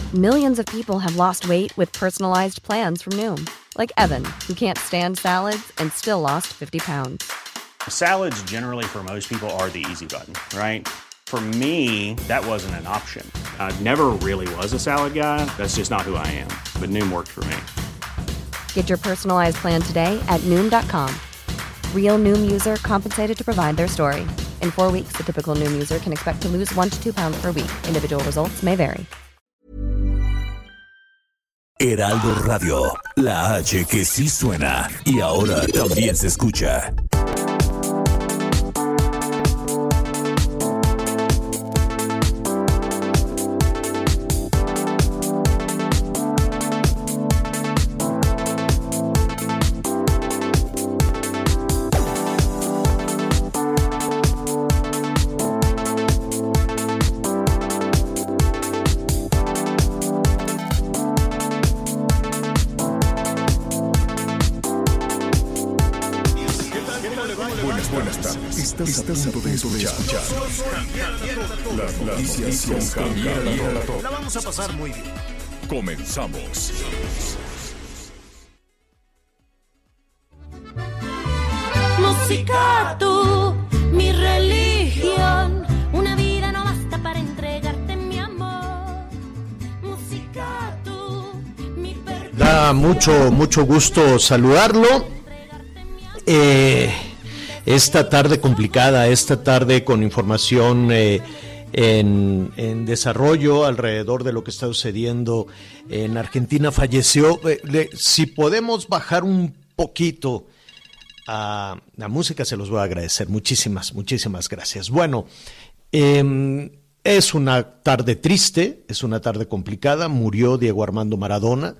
Millions of people have lost weight with personalized plans from Noom. Like Evan, who can't stand salads and still lost 50 pounds. Salads generally for most people are the easy button, right? For me, that wasn't an option. I never really was a salad guy. That's just not who I am. But Noom worked for me. Get your personalized plan today at Noom.com. Real Noom user compensated to provide their story. In 4 weeks, the typical Noom user can expect to lose 1 to 2 pounds per week. Individual results may vary. Heraldo Radio, la H que sí suena y ahora también se escucha. Estás a punto de escuchar las noticias con Javier Alatorre. La vamos a pasar muy bien. Comenzamos. Musicato, mi religión. Una vida no basta para entregarte mi amor. Musicato, mi perdón. Da mucho gusto saludarlo. Esta tarde complicada, esta tarde con información en desarrollo alrededor de lo que está sucediendo en Argentina. Falleció, si podemos bajar un poquito a la música, se los voy a agradecer. Muchísimas gracias. Bueno, es una tarde triste, es una tarde complicada. Murió Diego Armando Maradona.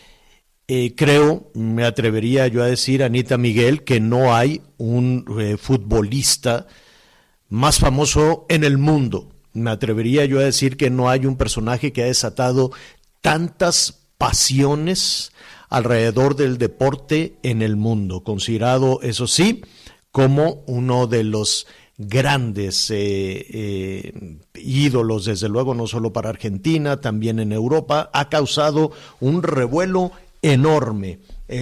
Creo, me atrevería yo a decir, Anita Miguel, que no hay un futbolista más famoso en el mundo. Me atrevería yo a decir que no hay un personaje que ha desatado tantas pasiones alrededor del deporte en el mundo. Considerado, eso sí, como uno de los grandes ídolos, desde luego, no solo para Argentina, también en Europa. Ha causado un revuelo enorme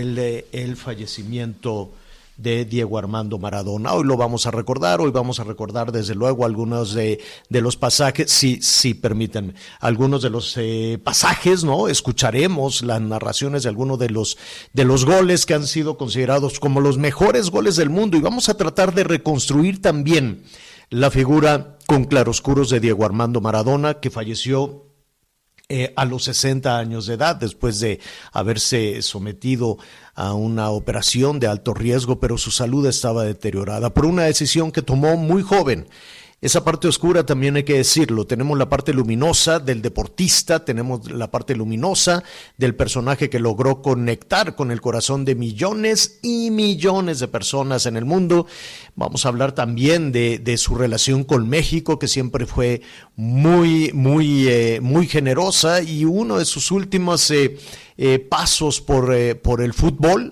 el fallecimiento de Diego Armando Maradona. Hoy lo vamos a recordar, desde luego algunos de los pasajes, si permiten, algunos de los pasajes, ¿no? Escucharemos las narraciones de algunos de los goles que han sido considerados como los mejores goles del mundo, y vamos a tratar de reconstruir también la figura con claroscuros de Diego Armando Maradona, que falleció a los 60 años de edad, después de haberse sometido a una operación de alto riesgo, pero su salud estaba deteriorada por una decisión que tomó muy joven. Esa parte oscura también hay que decirlo. Tenemos la parte luminosa del deportista, tenemos la parte luminosa del personaje que logró conectar con el corazón de millones y millones de personas en el mundo. Vamos a hablar también de su relación con México, que siempre fue muy generosa, y uno de sus últimos pasos por el fútbol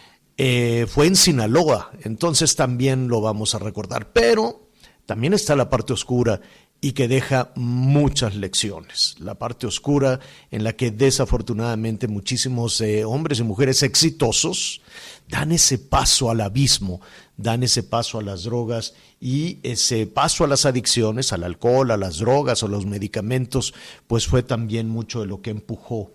fue en Sinaloa. Entonces también lo vamos a recordar, pero también está la parte oscura y que deja muchas lecciones. La parte oscura en la que desafortunadamente muchísimos hombres y mujeres exitosos dan ese paso al abismo, dan ese paso a las drogas y ese paso a las adicciones, al alcohol, a las drogas o los medicamentos, pues fue también mucho de lo que empujó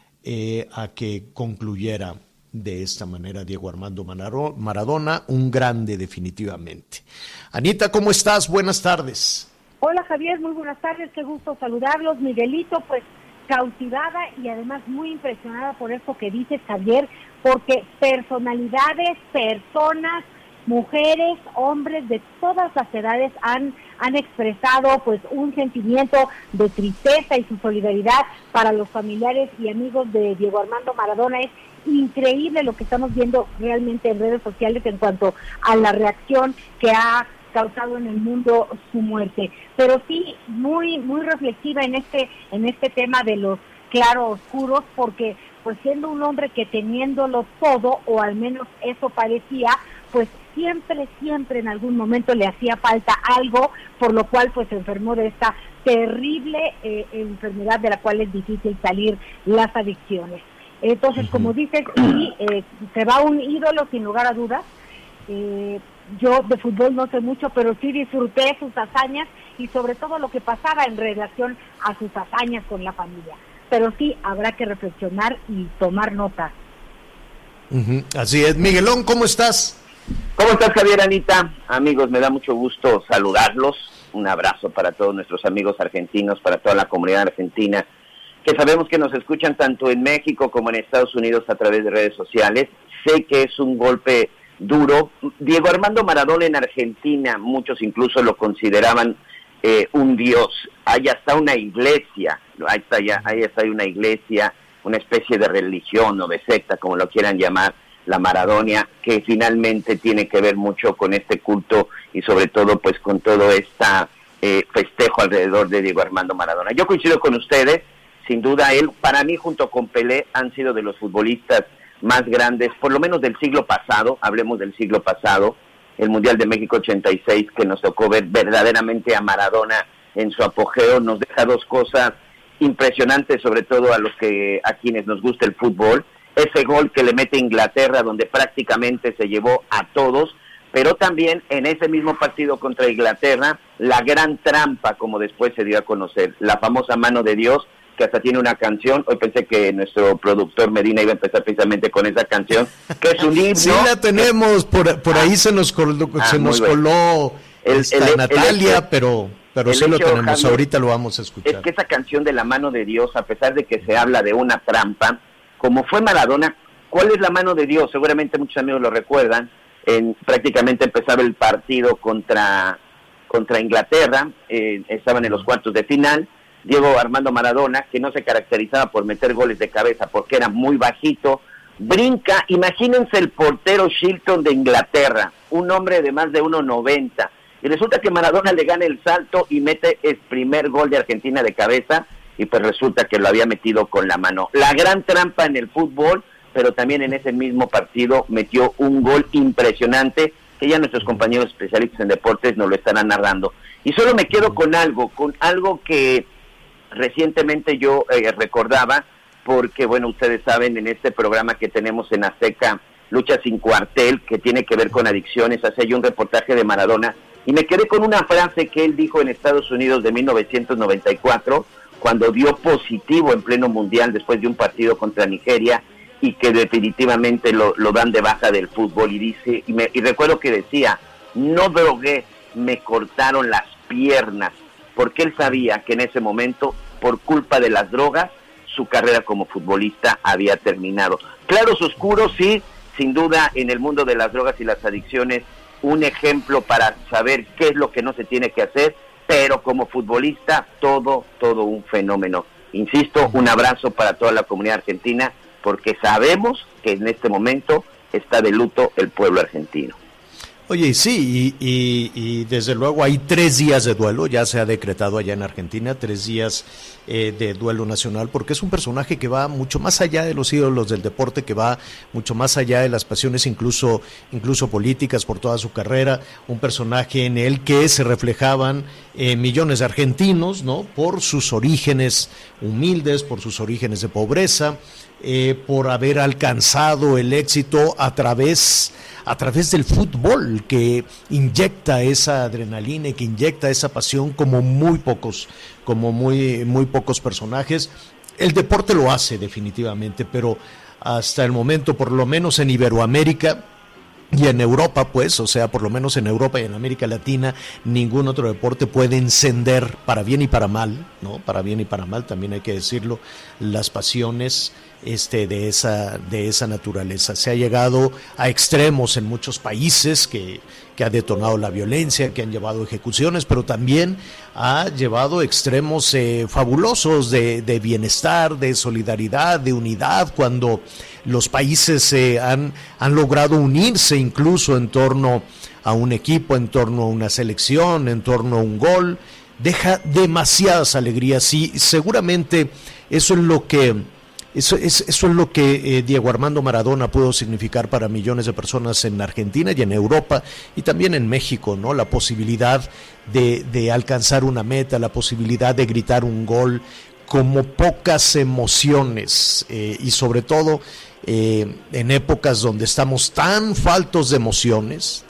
a que concluyera de esta manera Diego Armando Maradona, un grande definitivamente. Anita, ¿cómo estás? Buenas tardes. Hola Javier, muy buenas tardes, qué gusto saludarlos. Miguelito, pues cautivada y además muy impresionada por esto que dices, Javier, porque personalidades, personas, mujeres, hombres de todas las edades han expresado pues un sentimiento de tristeza y su solidaridad para los familiares y amigos de Diego Armando Maradona. Es increíble lo que estamos viendo realmente en redes sociales en cuanto a la reacción que ha causado en el mundo su muerte, pero sí muy reflexiva en este tema de los claroscuros, porque pues siendo un hombre que teniéndolo todo, o al menos eso parecía, pues siempre en algún momento le hacía falta algo, por lo cual pues se enfermó de esta terrible enfermedad de la cual es difícil salir, las adicciones. Entonces, como dices, sí, se va un ídolo sin lugar a dudas. Yo de fútbol no sé mucho, pero sí disfruté sus hazañas y sobre todo lo que pasaba en relación a sus hazañas con la familia. Pero sí, habrá que reflexionar y tomar nota. Así es. Miguelón, ¿cómo estás? ¿Cómo estás, Javier, Anita? Amigos, me da mucho gusto saludarlos. Un abrazo para todos nuestros amigos argentinos, para toda la comunidad argentina, que sabemos que nos escuchan tanto en México como en Estados Unidos a través de redes sociales. Sé que es un golpe duro. Diego Armando Maradona en Argentina, muchos incluso lo consideraban un dios. Hay hasta una iglesia, hay hasta una iglesia, una especie de religión o de secta, como lo quieran llamar, la Maradonia, que finalmente tiene que ver mucho con este culto y sobre todo pues con todo festejo alrededor de Diego Armando Maradona. Yo coincido con ustedes, sin duda él, para mí junto con Pelé, han sido de los futbolistas más grandes, por lo menos del siglo pasado, hablemos del siglo pasado, el Mundial de México 86, que nos tocó ver verdaderamente a Maradona en su apogeo, nos deja dos cosas impresionantes, sobre todo a quienes nos gusta el fútbol, ese gol que le mete Inglaterra, donde prácticamente se llevó a todos, pero también en ese mismo partido contra Inglaterra, la gran trampa, como después se dio a conocer, la famosa mano de Dios, que hasta tiene una canción. Hoy pensé que nuestro productor Medina iba a empezar precisamente con esa canción, que es un himno. Sí la tenemos, por ahí se nos coló Natalia, pero sí lo tenemos, Javier, ahorita lo vamos a escuchar. Es que esa canción de la mano de Dios, a pesar de que se habla de una trampa, como fue Maradona, ¿cuál es la mano de Dios? Seguramente muchos amigos lo recuerdan, prácticamente empezaba el partido contra Inglaterra, estaban en los cuartos de final. Diego Armando Maradona, que no se caracterizaba por meter goles de cabeza porque era muy bajito, brinca, imagínense el portero Shilton de Inglaterra, un hombre de más de 1.90, y resulta que Maradona le gana el salto y mete el primer gol de Argentina de cabeza, y pues resulta que lo había metido con la mano. La gran trampa en el fútbol, pero también en ese mismo partido metió un gol impresionante, que ya nuestros compañeros especialistas en deportes nos lo estarán narrando. Y solo me quedo con algo que recientemente yo recordaba, porque bueno, ustedes saben, en este programa que tenemos en Azteca, Lucha sin Cuartel, que tiene que ver con adicciones, hace yo un reportaje de Maradona, y me quedé con una frase que él dijo en Estados Unidos de 1994, cuando dio positivo en pleno mundial después de un partido contra Nigeria, y que definitivamente lo dan de baja del fútbol, y dice, y recuerdo que decía, no drogué, me cortaron las piernas, porque él sabía que en ese momento, por culpa de las drogas, su carrera como futbolista había terminado. Claros oscuros, sí, sin duda, en el mundo de las drogas y las adicciones, un ejemplo para saber qué es lo que no se tiene que hacer, pero como futbolista, todo un fenómeno. Insisto, un abrazo para toda la comunidad argentina, porque sabemos que en este momento está de luto el pueblo argentino. Oye, sí, y desde luego hay 3 días de duelo, ya se ha decretado allá en Argentina, 3 días de duelo nacional, porque es un personaje que va mucho más allá de los ídolos del deporte, que va mucho más allá de las pasiones incluso políticas por toda su carrera, un personaje en el que se reflejaban millones de argentinos, ¿no? Por sus orígenes humildes, por sus orígenes de pobreza, por haber alcanzado el éxito a través del fútbol, que inyecta esa adrenalina y que inyecta esa pasión como muy pocos personajes. El deporte lo hace definitivamente, pero hasta el momento, por lo menos en Iberoamérica y en Europa, pues, o sea, por lo menos en Europa y en América Latina, ningún otro deporte puede encender, para bien y para mal, ¿no? Para bien y para mal, también hay que decirlo, las pasiones de esa naturaleza. Se ha llegado a extremos en muchos países que ha detonado la violencia, que han llevado ejecuciones, pero también ha llevado extremos fabulosos de bienestar, de solidaridad, de unidad, cuando los países han logrado unirse incluso en torno a un equipo, en torno a una selección, en torno a un gol. Deja demasiadas alegrías y seguramente eso es lo que Eso es lo que Diego Armando Maradona pudo significar para millones de personas en Argentina y en Europa y también en México, ¿no? La posibilidad de alcanzar una meta, la posibilidad de gritar un gol, como pocas emociones y sobre todo en épocas donde estamos tan faltos de emociones.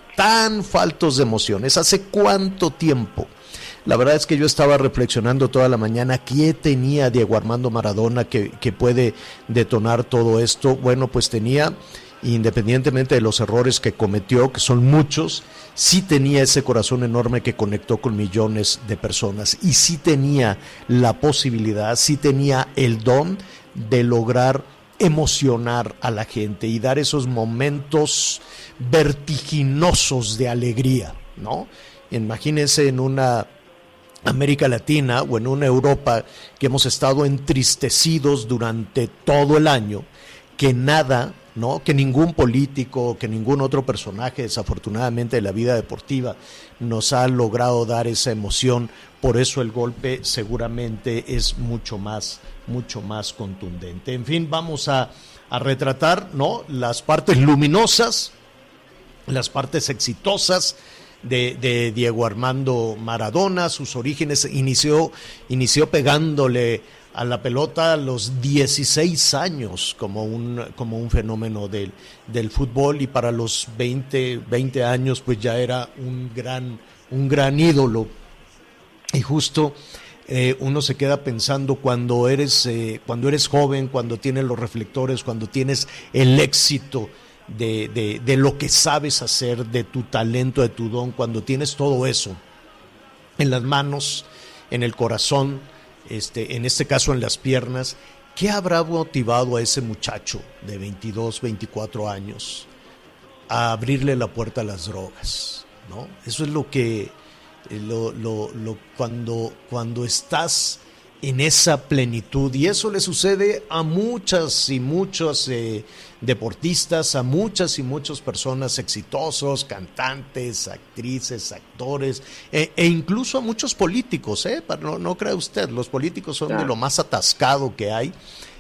¿Hace cuánto tiempo? La verdad es que yo estaba reflexionando toda la mañana qué tenía Diego Armando Maradona que puede detonar todo esto. Bueno, pues tenía, independientemente de los errores que cometió, que son muchos, sí tenía ese corazón enorme que conectó con millones de personas y sí tenía la posibilidad, sí tenía el don de lograr emocionar a la gente y dar esos momentos vertiginosos de alegría, ¿no? Imagínense en una América Latina o en una Europa que hemos estado entristecidos durante todo el año, que nada, ¿no? Que ningún político, que ningún otro personaje, desafortunadamente, de la vida deportiva nos ha logrado dar esa emoción. Por eso el golpe seguramente es mucho más contundente. En fin, vamos a retratar, ¿no? Las partes luminosas, las partes exitosas de Diego Armando Maradona. Sus orígenes inició pegándole a la pelota a los 16 años como un fenómeno del fútbol, y para los 20 años pues ya era un gran ídolo. Y justo uno se queda pensando cuando eres joven, cuando tienes los reflectores, cuando tienes el éxito de lo que sabes hacer, de tu talento, de tu don, cuando tienes todo eso en las manos, en el corazón, en este caso en las piernas, ¿qué habrá motivado a ese muchacho de 22, 24 años a abrirle la puerta a las drogas, ¿no? Eso es lo que cuando estás en esa plenitud, y eso le sucede a muchas y muchos deportistas, a muchas y muchas personas exitosos, cantantes, actrices, actores, e incluso a muchos políticos, no crea usted, los políticos son de lo más atascado que hay,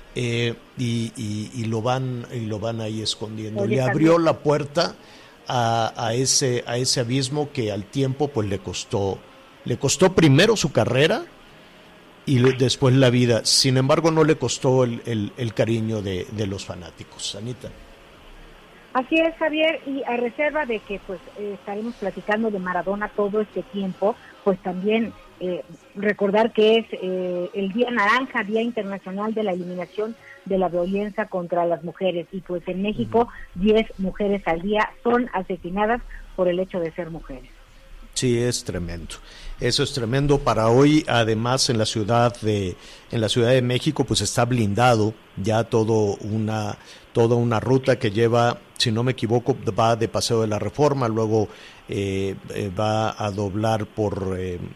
y lo van ahí escondiendo. Le abrió la puerta a ese abismo que al tiempo pues le costó primero su carrera y después la vida. Sin embargo, no le costó el cariño de los fanáticos. Anita. Así es, Javier, y a reserva de que pues estaremos platicando de Maradona todo este tiempo, pues también recordar que es el Día Naranja, Día Internacional de la Eliminación de la Violencia contra las Mujeres, y pues en México 10 mujeres al día son asesinadas por el hecho de ser mujeres. Sí, es tremendo. Eso es tremendo. Para hoy, además, en la Ciudad de México, pues está blindado ya toda una ruta que lleva, si no me equivoco, va de Paseo de la Reforma, luego va a doblar por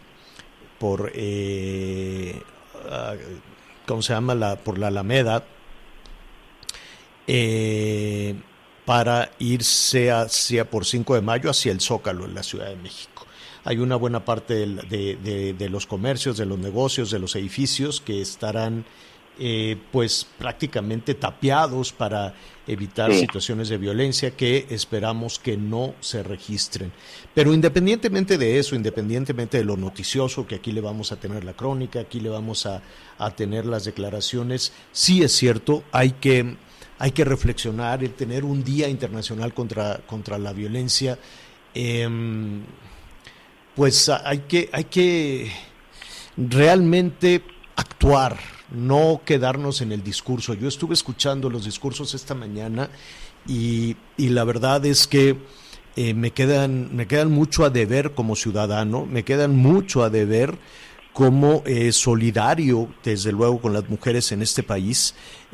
¿cómo se llama? Por la Alameda, para irse por 5 de Mayo hacia el Zócalo en la Ciudad de México. Hay una buena parte de los comercios, de los negocios, de los edificios que estarán pues prácticamente tapiados para evitar situaciones de violencia que esperamos que no se registren. Pero independientemente de eso, independientemente de lo noticioso, que aquí le vamos a tener la crónica, aquí le vamos a tener las declaraciones, sí es cierto, hay que reflexionar, el tener un Día Internacional contra la violencia, pues hay que realmente actuar, no quedarnos en el discurso. Yo estuve escuchando los discursos esta mañana y la verdad es que me quedan mucho a deber como ciudadano, me quedan mucho a deber como solidario, desde luego, con las mujeres en este país.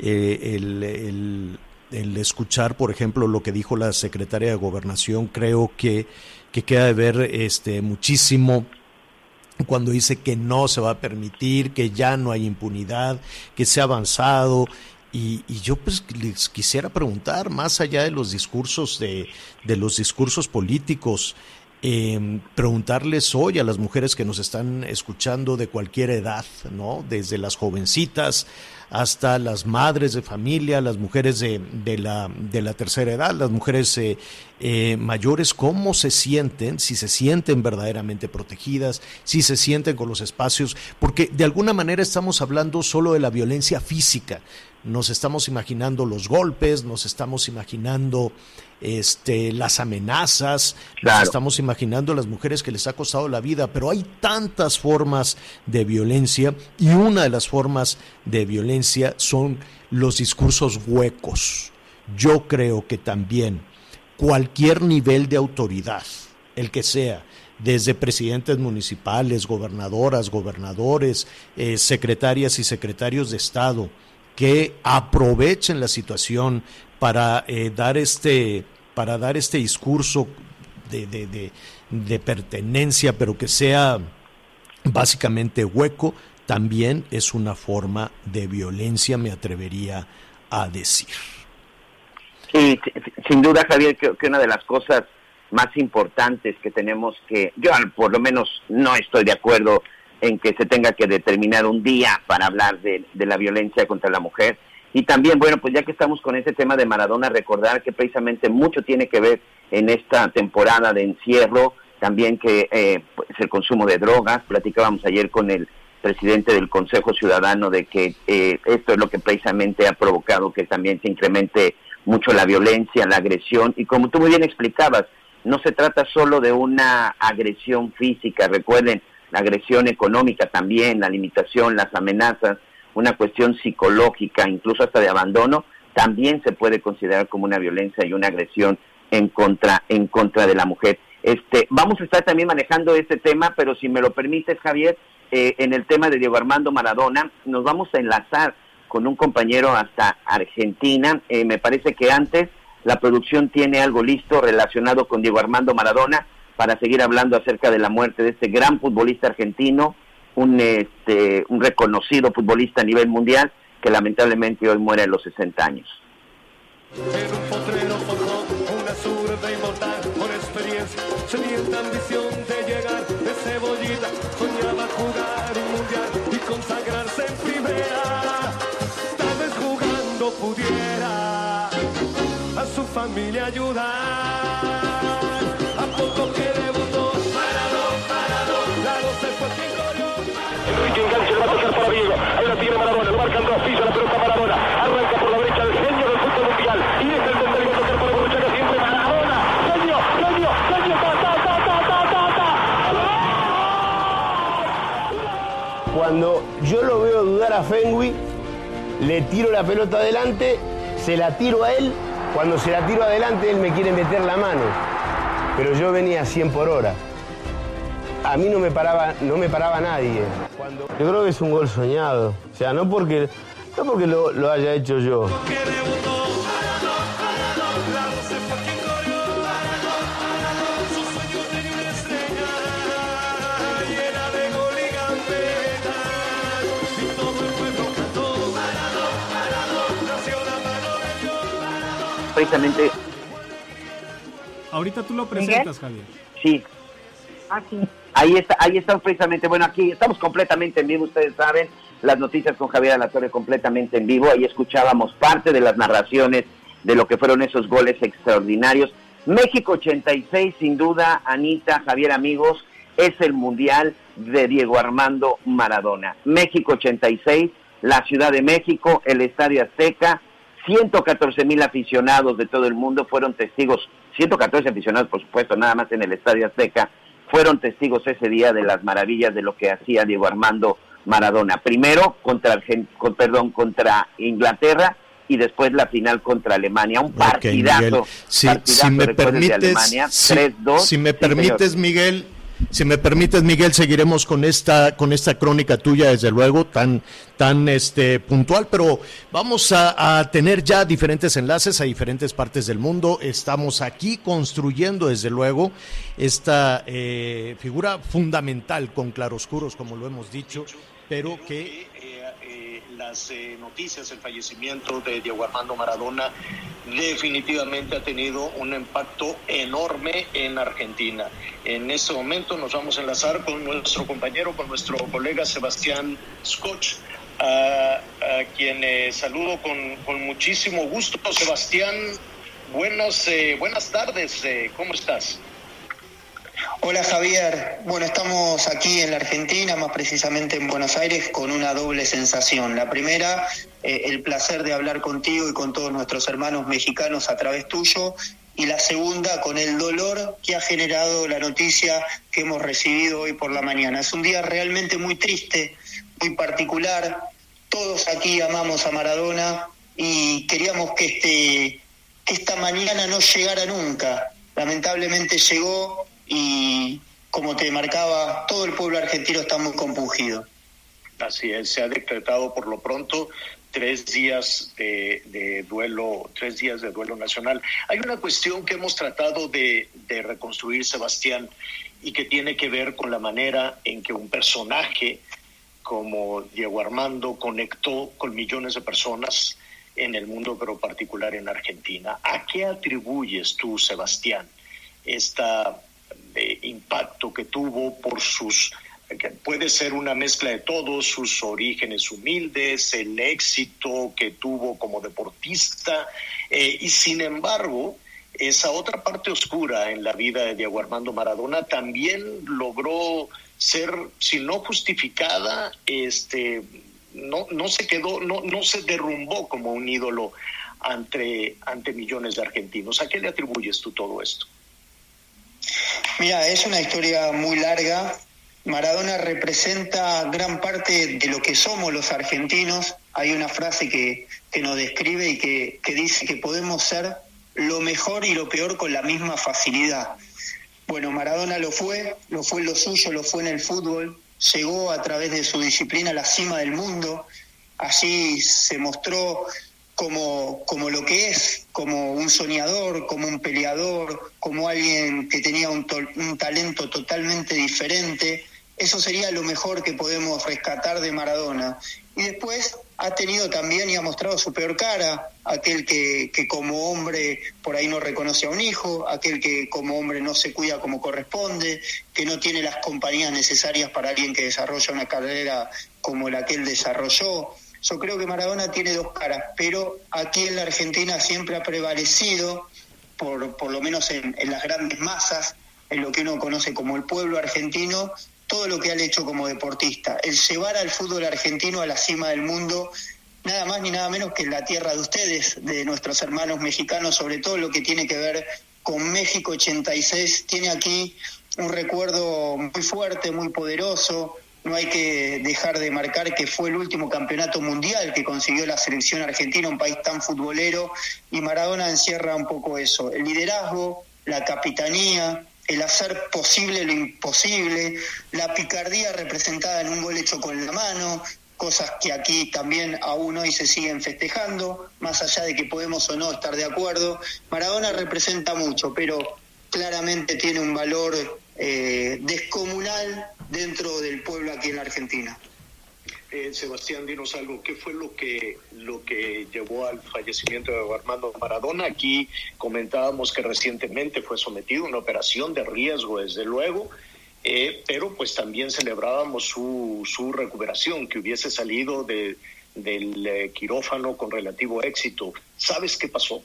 El escuchar, por ejemplo, lo que dijo la secretaria de Gobernación, creo que queda de ver muchísimo cuando dice que no se va a permitir, que ya no hay impunidad, que se ha avanzado. Y yo pues les quisiera preguntar, más allá de los discursos de los discursos políticos, preguntarles hoy a las mujeres que nos están escuchando de cualquier edad, ¿no? Desde las jovencitas hasta las madres de familia, las mujeres de la tercera edad, las mujeres mayores, cómo se sienten, si se sienten verdaderamente protegidas, si se sienten con los espacios, porque de alguna manera estamos hablando solo de la violencia física. Nos estamos imaginando los golpes, nos estamos imaginando las amenazas, claro, nos estamos imaginando a las mujeres que les ha costado la vida, pero hay tantas formas de violencia, y una de las formas de violencia son los discursos huecos. Yo creo que también cualquier nivel de autoridad, el que sea, desde presidentes municipales, gobernadoras, gobernadores, secretarias y secretarios de Estado, que aprovechen la situación para dar este discurso de pertenencia, pero que sea básicamente hueco, también es una forma de violencia, me atrevería a decir. Sí, sin duda, Javier, creo que una de las cosas más importantes que tenemos que, yo por lo menos no estoy de acuerdo en que se tenga que determinar un día para hablar de la violencia contra la mujer. Y también, bueno, pues ya que estamos con ese tema de Maradona, recordar que precisamente mucho tiene que ver en esta temporada de encierro, también que pues el consumo de drogas. Platicábamos ayer con el presidente del Consejo Ciudadano de que esto es lo que precisamente ha provocado que también se incremente mucho la violencia, la agresión, y como tú muy bien explicabas, no se trata solo de una agresión física, recuerden, la agresión económica también, la limitación, las amenazas, una cuestión psicológica, incluso hasta de abandono, también se puede considerar como una violencia y una agresión en contra de la mujer. Vamos a estar también manejando este tema, pero si me lo permites, Javier, en el tema de Diego Armando Maradona, nos vamos a enlazar con un compañero hasta Argentina. Me parece que antes la producción tiene algo listo relacionado con Diego Armando Maradona para seguir hablando acerca de la muerte de este gran futbolista argentino, un reconocido futbolista a nivel mundial que lamentablemente hoy muere a los 60 años. En un potrero forjó una zurda inmortal, por experiencia, sedienta ambición de llegar de cebollita, soñaba jugar un mundial y consagrarse en primera, tal vez jugando pudiera a su familia ayudar. A poco que debutó, Maradona, la 12 fue quien corrió. Enrique engancha, le va a tocar para Diego, ahí la tiene Maradona, lo marcan dos, pisa la pelota Maradona, arranca por la derecha el genio del fútbol mundial, y es el tercero que va a tocar para Borruchaga, siempre Maradona, genio, Cuando yo lo veo dudar a Fenwick, le tiro la pelota adelante, se la tiro a él, cuando se la tiro adelante él me quiere meter la mano, pero yo venía a 100 por hora. A mí no me paraba nadie. Yo creo que es un gol soñado, o sea, no porque lo haya hecho yo. Precisamente. Ahorita tú lo presentas, Javier. Sí. Aquí. Ahí está precisamente, bueno, aquí estamos completamente en vivo, ustedes saben, las noticias con Javier Alatorre completamente en vivo, ahí escuchábamos parte de las narraciones de lo que fueron esos goles extraordinarios. México 86, sin duda, Anita, Javier, amigos, es el Mundial de Diego Armando Maradona. México 86, la Ciudad de México, el Estadio Azteca, 114,000 aficionados de todo el mundo fueron testigos, 114 aficionados, por supuesto, nada más en el Estadio Azteca, fueron testigos ese día de las maravillas de lo que hacía Diego Armando Maradona. Primero contra Inglaterra y después la final contra Alemania. Un partidazo. Okay, si me permites, de Alemania, 3-2. Si me permites, Miguel, seguiremos con esta crónica tuya, desde luego, tan puntual, pero vamos a tener ya diferentes enlaces a diferentes partes del mundo. Estamos aquí construyendo, desde luego, esta figura fundamental con claroscuros, como lo hemos dicho, pero que las noticias, el fallecimiento de Diego Armando Maradona definitivamente ha tenido un impacto enorme en Argentina. En este momento nos vamos a enlazar con nuestro compañero, con nuestro colega Sebastián Scotch, a quien saludo con muchísimo gusto. Sebastián, buenas tardes, ¿cómo estás? Hola Javier, bueno, estamos aquí en la Argentina, más precisamente en Buenos Aires, con una doble sensación. La primera, el placer de hablar contigo y con todos nuestros hermanos mexicanos a través tuyo, y la segunda, con el dolor que ha generado la noticia que hemos recibido hoy por la mañana. Es un día realmente muy triste, muy particular. Todos aquí amamos a Maradona y queríamos que esta mañana no llegara nunca. Lamentablemente llegó y, como te marcaba, todo el pueblo argentino está muy compungido. Así es, se ha decretado por lo pronto 3 días de duelo nacional. Hay una cuestión que hemos tratado de reconstruir, Sebastián, y que tiene que ver con la manera en que un personaje como Diego Armando conectó con millones de personas en el mundo, pero particular en Argentina. ¿A qué atribuyes tú, Sebastián, impacto que tuvo por que puede ser una mezcla de todos, sus orígenes humildes, el éxito que tuvo como deportista, y sin embargo, esa otra parte oscura en la vida de Diego Armando Maradona también logró ser, si no justificada, no se quedó, no se derrumbó como un ídolo ante millones de argentinos? ¿A qué le atribuyes tú todo esto? Mira, es una historia muy larga. Maradona representa gran parte de lo que somos los argentinos. Hay una frase que nos describe y que dice que podemos ser lo mejor y lo peor con la misma facilidad. Bueno, Maradona lo fue en lo suyo, lo fue en el fútbol, llegó a través de su disciplina a la cima del mundo. Allí se mostró como lo que es, como un soñador, como un peleador, como alguien que tenía un talento totalmente diferente. Eso sería lo mejor que podemos rescatar de Maradona. Y después ha tenido también y ha mostrado su peor cara, aquel que como hombre por ahí no reconoce a un hijo, aquel que como hombre no se cuida como corresponde, que no tiene las compañías necesarias para alguien que desarrolla una carrera como la que él desarrolló. Yo creo que Maradona tiene 2 caras, pero aquí en la Argentina siempre ha prevalecido, por lo menos en las grandes masas, en lo que uno conoce como el pueblo argentino, todo lo que ha hecho como deportista, el llevar al fútbol argentino a la cima del mundo, nada más ni nada menos que en la tierra de ustedes, de nuestros hermanos mexicanos, sobre todo lo que tiene que ver con México 86, tiene aquí un recuerdo muy fuerte, muy poderoso. No hay que dejar de marcar que fue el último campeonato mundial que consiguió la selección argentina, un país tan futbolero, y Maradona encierra un poco eso, el liderazgo, la capitanía, el hacer posible lo imposible, la picardía representada en un gol hecho con la mano, cosas que aquí también aún hoy se siguen festejando, más allá de que podemos o no estar de acuerdo. Maradona representa mucho, pero claramente tiene un valor descomunal dentro del pueblo aquí en la Argentina. Sebastián, dinos algo, ¿qué fue lo que llevó al fallecimiento de Armando Maradona? Aquí comentábamos que recientemente fue sometido a una operación de riesgo, desde luego, pero pues también celebrábamos su recuperación, que hubiese salido del quirófano con relativo éxito. ¿Sabes qué pasó?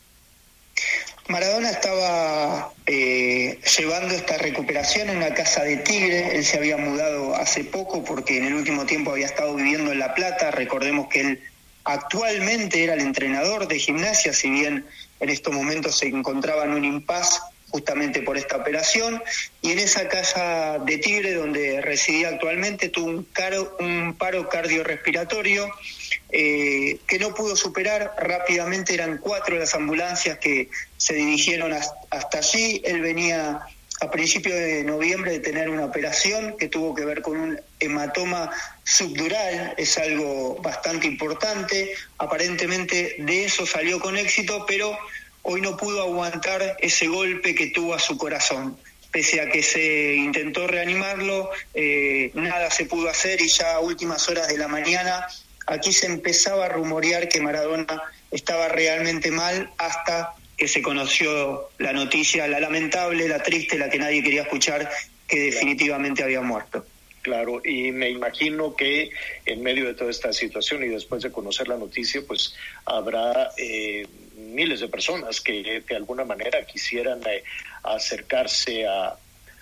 Maradona estaba llevando esta recuperación en una casa de Tigre. Él se había mudado hace poco porque en el último tiempo había estado viviendo en La Plata. Recordemos que él actualmente era el entrenador de Gimnasia, si bien en estos momentos se encontraba en un impasse justamente por esta operación, y en esa casa de Tigre donde residía actualmente tuvo un paro cardiorrespiratorio que no pudo superar. Rápidamente eran 4 las ambulancias que se dirigieron hasta allí. Él venía a principios de noviembre de tener una operación que tuvo que ver con un hematoma subdural, es algo bastante importante. Aparentemente de eso salió con éxito, pero hoy no pudo aguantar ese golpe que tuvo a su corazón. Pese a que se intentó reanimarlo, nada se pudo hacer, y ya a últimas horas de la mañana aquí se empezaba a rumorear que Maradona estaba realmente mal, hasta que se conoció la noticia, la lamentable, la triste, la que nadie quería escuchar, que definitivamente había muerto. Claro, y me imagino que en medio de toda esta situación y después de conocer la noticia, pues habrá miles de personas que de alguna manera quisieran acercarse a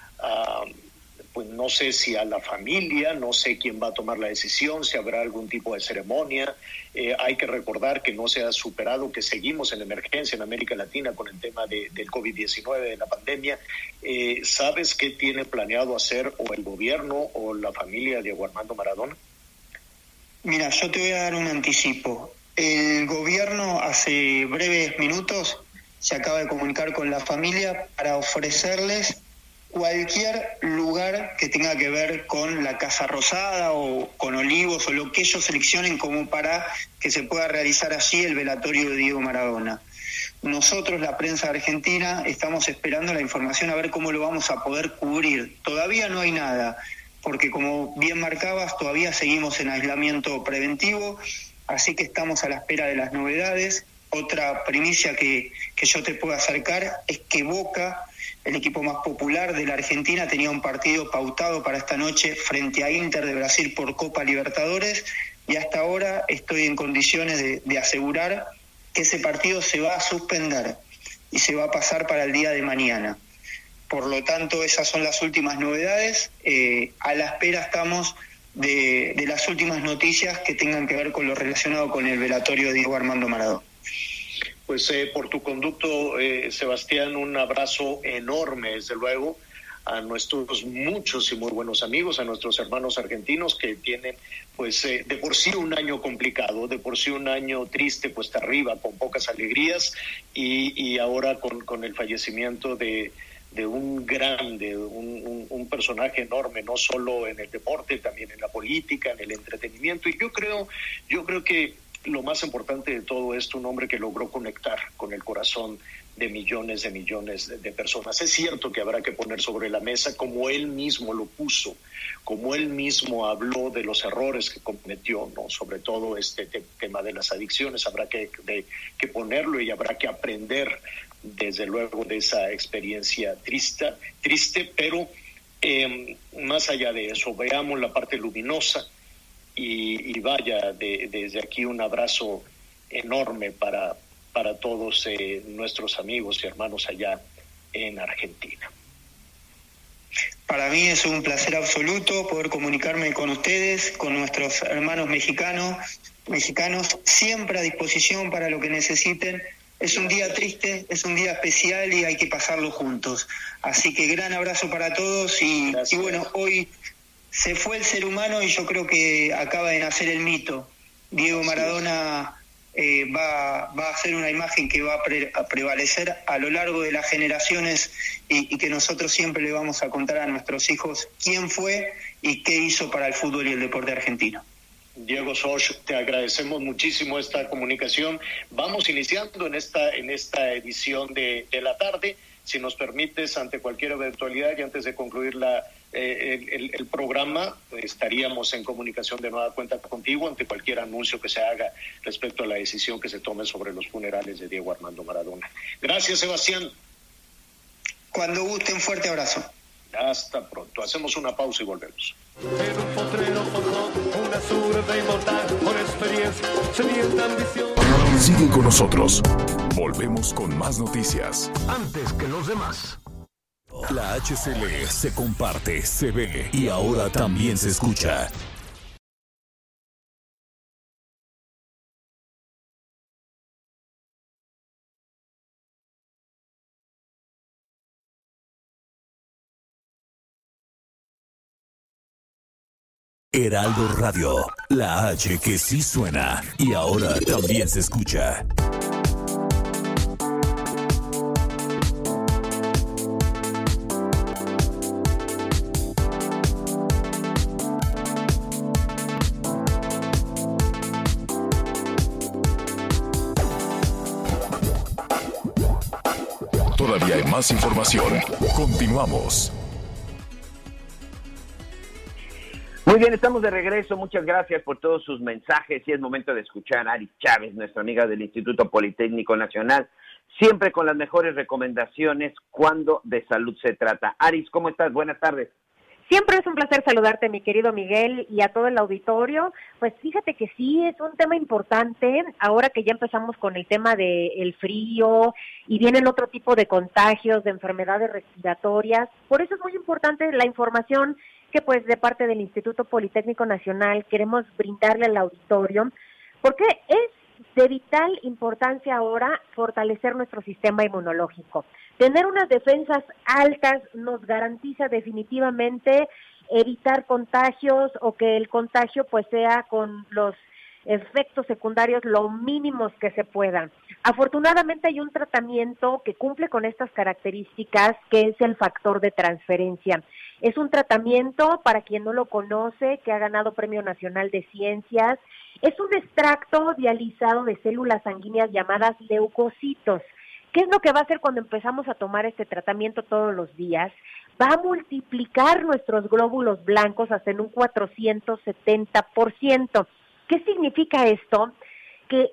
pues no sé si a la familia, no sé quién va a tomar la decisión, si habrá algún tipo de ceremonia. Hay que recordar que no se ha superado, que seguimos en emergencia en América Latina con el tema del COVID-19, de la pandemia. ¿Sabes qué tiene planeado hacer o el gobierno o la familia de Diego Armando Maradona? Mira, yo te voy a dar un anticipo. El gobierno hace breves minutos se acaba de comunicar con la familia para ofrecerles cualquier lugar que tenga que ver con la Casa Rosada o con Olivos o lo que ellos seleccionen como para que se pueda realizar allí el velatorio de Diego Maradona. Nosotros, la prensa argentina, estamos esperando la información a ver cómo lo vamos a poder cubrir. Todavía no hay nada, porque como bien marcabas, todavía seguimos en aislamiento preventivo, así que estamos a la espera de las novedades. Otra primicia que yo te puedo acercar es que Boca, el equipo más popular de la Argentina, tenía un partido pautado para esta noche frente a Inter de Brasil por Copa Libertadores, y hasta ahora estoy en condiciones de asegurar que ese partido se va a suspender y se va a pasar para el día de mañana. Por lo tanto, esas son las últimas novedades. A la espera estamos de las últimas noticias que tengan que ver con lo relacionado con el velatorio de Diego Armando Maradona. Pues por tu conducto, Sebastián, un abrazo enorme, desde luego, a nuestros muchos y muy buenos amigos, a nuestros hermanos argentinos que tienen, pues, de por sí un año complicado, de por sí un año triste, cuesta arriba, con pocas alegrías, y ahora con el fallecimiento de un grande, un personaje enorme, no solo en el deporte, también en la política, en el entretenimiento, y yo creo que lo más importante de todo esto, un hombre que logró conectar con el corazón de millones de personas. Es cierto que habrá que poner sobre la mesa, como él mismo lo puso, como él mismo habló de los errores que cometió, ¿no? Sobre todo este tema de las adicciones, habrá que ponerlo y habrá que aprender, desde luego, de esa experiencia triste, pero más allá de eso, veamos la parte luminosa. Y vaya, desde aquí un abrazo enorme para todos nuestros amigos y hermanos allá en Argentina. Para mí es un placer absoluto poder comunicarme con ustedes, con nuestros hermanos mexicanos, siempre a disposición para lo que necesiten. Es un día triste, es un día especial y hay que pasarlo juntos. Así que gran abrazo para todos y bueno, hoy se fue el ser humano y yo creo que acaba de nacer el mito. Diego Maradona va a ser una imagen que va a prevalecer a lo largo de las generaciones y que nosotros siempre le vamos a contar a nuestros hijos quién fue y qué hizo para el fútbol y el deporte argentino. Diego Soch, te agradecemos muchísimo esta comunicación. Vamos iniciando en esta edición de la tarde. Si nos permites, ante cualquier eventualidad y antes de concluir el programa, estaríamos en comunicación de nueva cuenta contigo ante cualquier anuncio que se haga respecto a la decisión que se tome sobre los funerales de Diego Armando Maradona. Gracias, Sebastián. Cuando gusten, fuerte abrazo. Hasta pronto. Hacemos una pausa y volvemos. En un potrero forjó una zurda inmortal, por experiencia, sedienta ambición. Sigue con nosotros. Volvemos con más noticias. Antes que los demás. La HCL se comparte, se ve y ahora también se escucha. Heraldo Radio, la H que sí suena y ahora también se escucha. Todavía hay más información. Continuamos. Muy bien, estamos de regreso. Muchas gracias por todos sus mensajes y es momento de escuchar a Aris Chávez, nuestra amiga del Instituto Politécnico Nacional, siempre con las mejores recomendaciones cuando de salud se trata. Aris, ¿cómo estás? Buenas tardes. Siempre es un placer saludarte, mi querido Miguel, y a todo el auditorio. Pues fíjate que sí, es un tema importante, ahora que ya empezamos con el tema del frío y vienen otro tipo de contagios, de enfermedades respiratorias. Por eso es muy importante la información que pues de parte del Instituto Politécnico Nacional queremos brindarle al auditorio, porque es de vital importancia ahora fortalecer nuestro sistema inmunológico. Tener unas defensas altas nos garantiza definitivamente evitar contagios o que el contagio pues sea con los efectos secundarios lo mínimos que se puedan. Afortunadamente hay un tratamiento que cumple con estas características, que es el factor de transferencia. Es un tratamiento, para quien no lo conoce, que ha ganado Premio Nacional de Ciencias. Es un extracto dializado de células sanguíneas llamadas leucocitos. ¿Qué es lo que va a hacer cuando empezamos a tomar este tratamiento todos los días? Va a multiplicar nuestros glóbulos blancos hasta en un 470%. ¿Qué significa esto? Que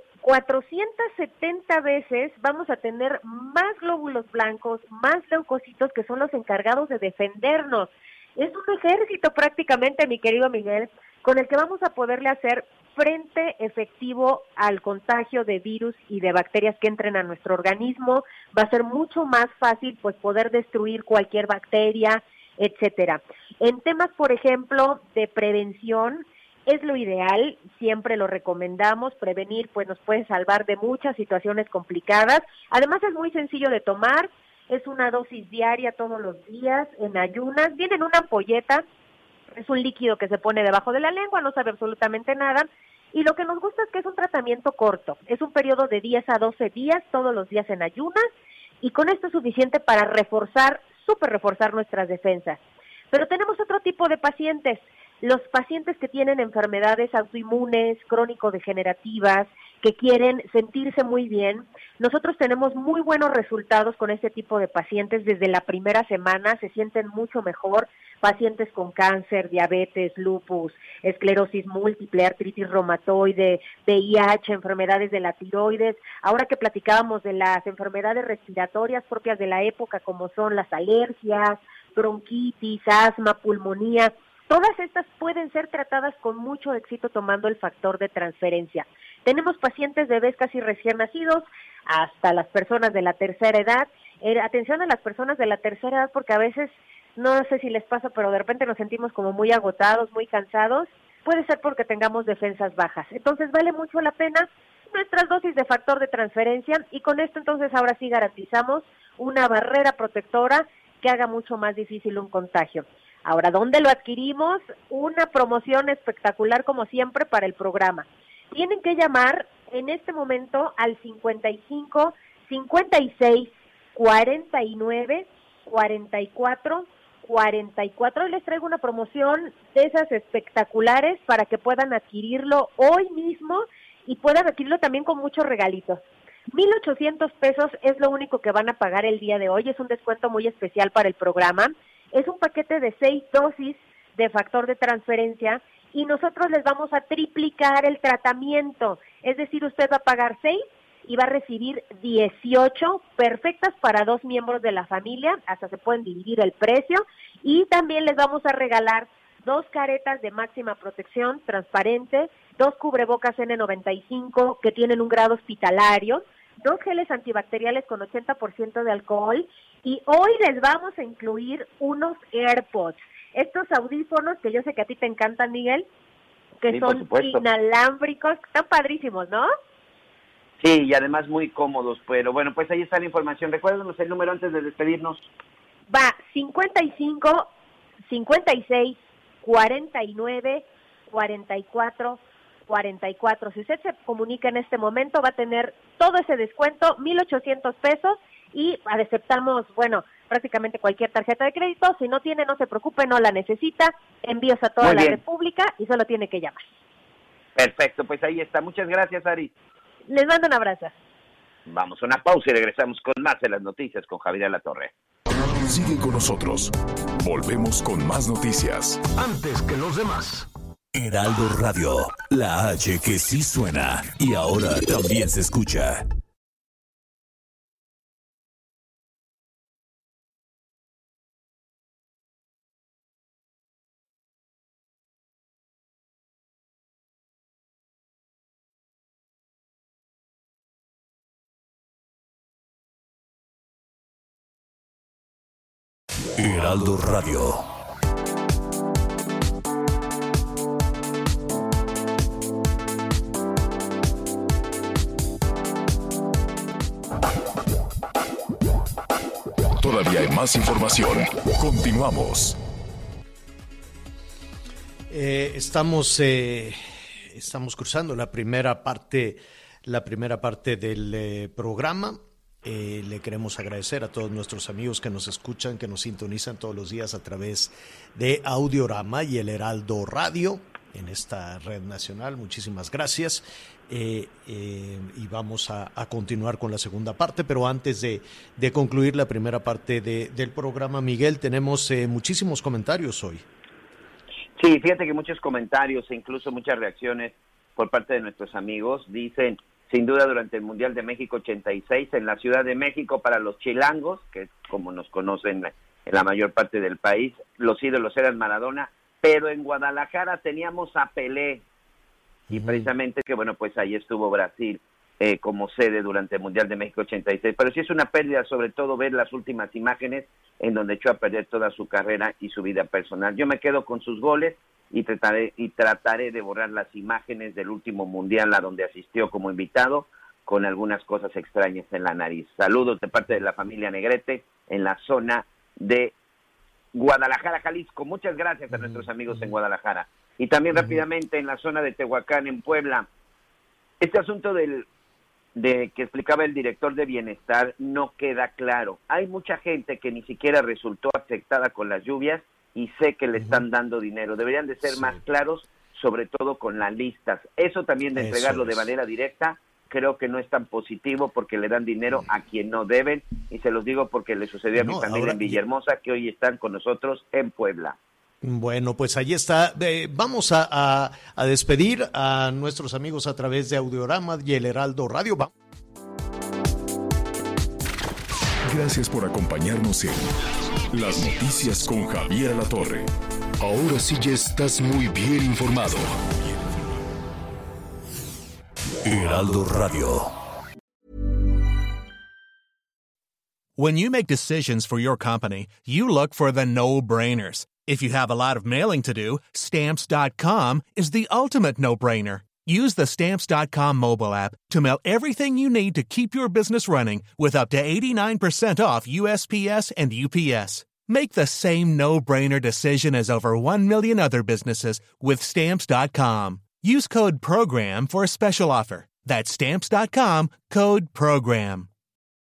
470 veces vamos a tener más glóbulos blancos, más leucocitos, que son los encargados de defendernos. Es un ejército prácticamente, mi querido Miguel, con el que vamos a poderle hacer frente efectivo al contagio de virus y de bacterias que entren a nuestro organismo. Va a ser mucho más fácil pues poder destruir cualquier bacteria, etcétera. En temas, por ejemplo, de prevención, es lo ideal, siempre lo recomendamos. Prevenir pues nos puede salvar de muchas situaciones complicadas. Además es muy sencillo de tomar, es una dosis diaria todos los días en ayunas. Viene en una ampolleta. Es un líquido que se pone debajo de la lengua, no sabe absolutamente nada, y lo que nos gusta es que es un tratamiento corto, es un periodo de 10 a 12 días, todos los días en ayunas, y con esto es suficiente para reforzar nuestras defensas. Pero tenemos otro tipo de pacientes, los pacientes que tienen enfermedades autoinmunes, crónico-degenerativas, que quieren sentirse muy bien. Nosotros tenemos muy buenos resultados con este tipo de pacientes. Desde la primera semana se sienten mucho mejor. Pacientes con cáncer, diabetes, lupus, esclerosis múltiple, artritis reumatoide, VIH, enfermedades de la tiroides. Ahora que platicábamos de las enfermedades respiratorias propias de la época, como son las alergias, bronquitis, asma, pulmonía, todas estas pueden ser tratadas con mucho éxito tomando el factor de transferencia. Tenemos pacientes bebés casi recién nacidos, hasta las personas de la tercera edad. Atención a las personas de la tercera edad, porque a veces, no sé si les pasa, pero de repente nos sentimos como muy agotados, muy cansados. Puede ser porque tengamos defensas bajas. Entonces vale mucho la pena nuestras dosis de factor de transferencia, y con esto entonces ahora sí garantizamos una barrera protectora que haga mucho más difícil un contagio. Ahora, ¿dónde lo adquirimos? Una promoción espectacular como siempre para el programa. Tienen que llamar en este momento al 55 56 49 44 44. Hoy les traigo una promoción de esas espectaculares para que puedan adquirirlo hoy mismo y puedan adquirirlo también con muchos regalitos. 1,800 pesos es lo único que van a pagar el día de hoy. Es un descuento muy especial para el programa. Es un paquete de 6 dosis de factor de transferencia y nosotros les vamos a triplicar el tratamiento. Es decir, usted va a pagar 6 y va a recibir 18, perfectas para 2 miembros de la familia, hasta se pueden dividir el precio, y también les vamos a regalar 2 caretas de máxima protección transparente, 2 cubrebocas N95 que tienen un grado hospitalario, 2 geles antibacteriales con 80% de alcohol, y hoy les vamos a incluir unos AirPods, estos audífonos que yo sé que a ti te encantan, Miguel, que sí, son inalámbricos, están padrísimos, ¿no? Sí, y además muy cómodos, pero bueno, pues ahí está la información. Recuérdanos el número antes de despedirnos. Va 55 56 49 44 44. Si usted se comunica en este momento, va a tener todo ese descuento, 1,800 pesos, y aceptamos, bueno, prácticamente cualquier tarjeta de crédito. Si no tiene, no se preocupe, no la necesita. Envíos a toda la República y solo tiene que llamar. Perfecto, pues ahí está. Muchas gracias, Ari. Les mando un abrazo. Vamos a una pausa y regresamos con más de las noticias con Javier Alatorre. Sigue con nosotros. Volvemos con más noticias. Antes que los demás. Heraldo Radio, la H que sí suena y ahora también se escucha. Heraldo Radio. Todavía hay más información. Continuamos. Estamos cruzando la primera parte del programa. Le queremos agradecer a todos nuestros amigos que nos escuchan, que nos sintonizan todos los días a través de Audiorama y el Heraldo Radio en esta red nacional. Muchísimas gracias. Y vamos a continuar con la segunda parte, pero antes de concluir la primera parte del programa, Miguel, tenemos muchísimos comentarios hoy. Sí, fíjate que muchos comentarios e incluso muchas reacciones por parte de nuestros amigos. Dicen, sin duda durante el Mundial de México 86 en la Ciudad de México para los chilangos, que es como nos conocen en la mayor parte del país, los ídolos eran Maradona, pero en Guadalajara teníamos a Pelé. Y precisamente que, bueno, pues ahí estuvo Brasil como sede durante el Mundial de México 86. Pero sí es una pérdida, sobre todo ver las últimas imágenes en donde echó a perder toda su carrera y su vida personal. Yo me quedo con sus goles y trataré de borrar las imágenes del último Mundial a donde asistió como invitado con algunas cosas extrañas en la nariz. Saludos de parte de la familia Negrete en la zona de Guadalajara, Jalisco. Muchas gracias a nuestros amigos en Guadalajara. Y también rápidamente en la zona de Tehuacán, en Puebla. Este asunto de que explicaba el director de Bienestar no queda claro. Hay mucha gente que ni siquiera resultó afectada con las lluvias y sé que le están dando dinero. Deberían de ser más claros, sobre todo con las listas. Eso también de entregarlo de manera directa, creo que no es tan positivo porque le dan dinero a quien no deben. Y se los digo porque le sucedió a mi familia en Villahermosa, que hoy están con nosotros en Puebla. Bueno, pues ahí está. Vamos a despedir a nuestros amigos a través de Audiorama y el Heraldo Radio. Gracias por acompañarnos en Las Noticias con Javier Alatorre. Ahora sí ya estás muy bien informado. Heraldo Radio. When you make decisions for your company, you look for the no-brainers. If you have a lot of mailing to do, Stamps.com is the ultimate no-brainer. Use the Stamps.com mobile app to mail everything you need to keep your business running with up to 89% off USPS and UPS. Make the same no-brainer decision as over 1 million other businesses with Stamps.com. Use code PROGRAM for a special offer. That's Stamps.com, code PROGRAM.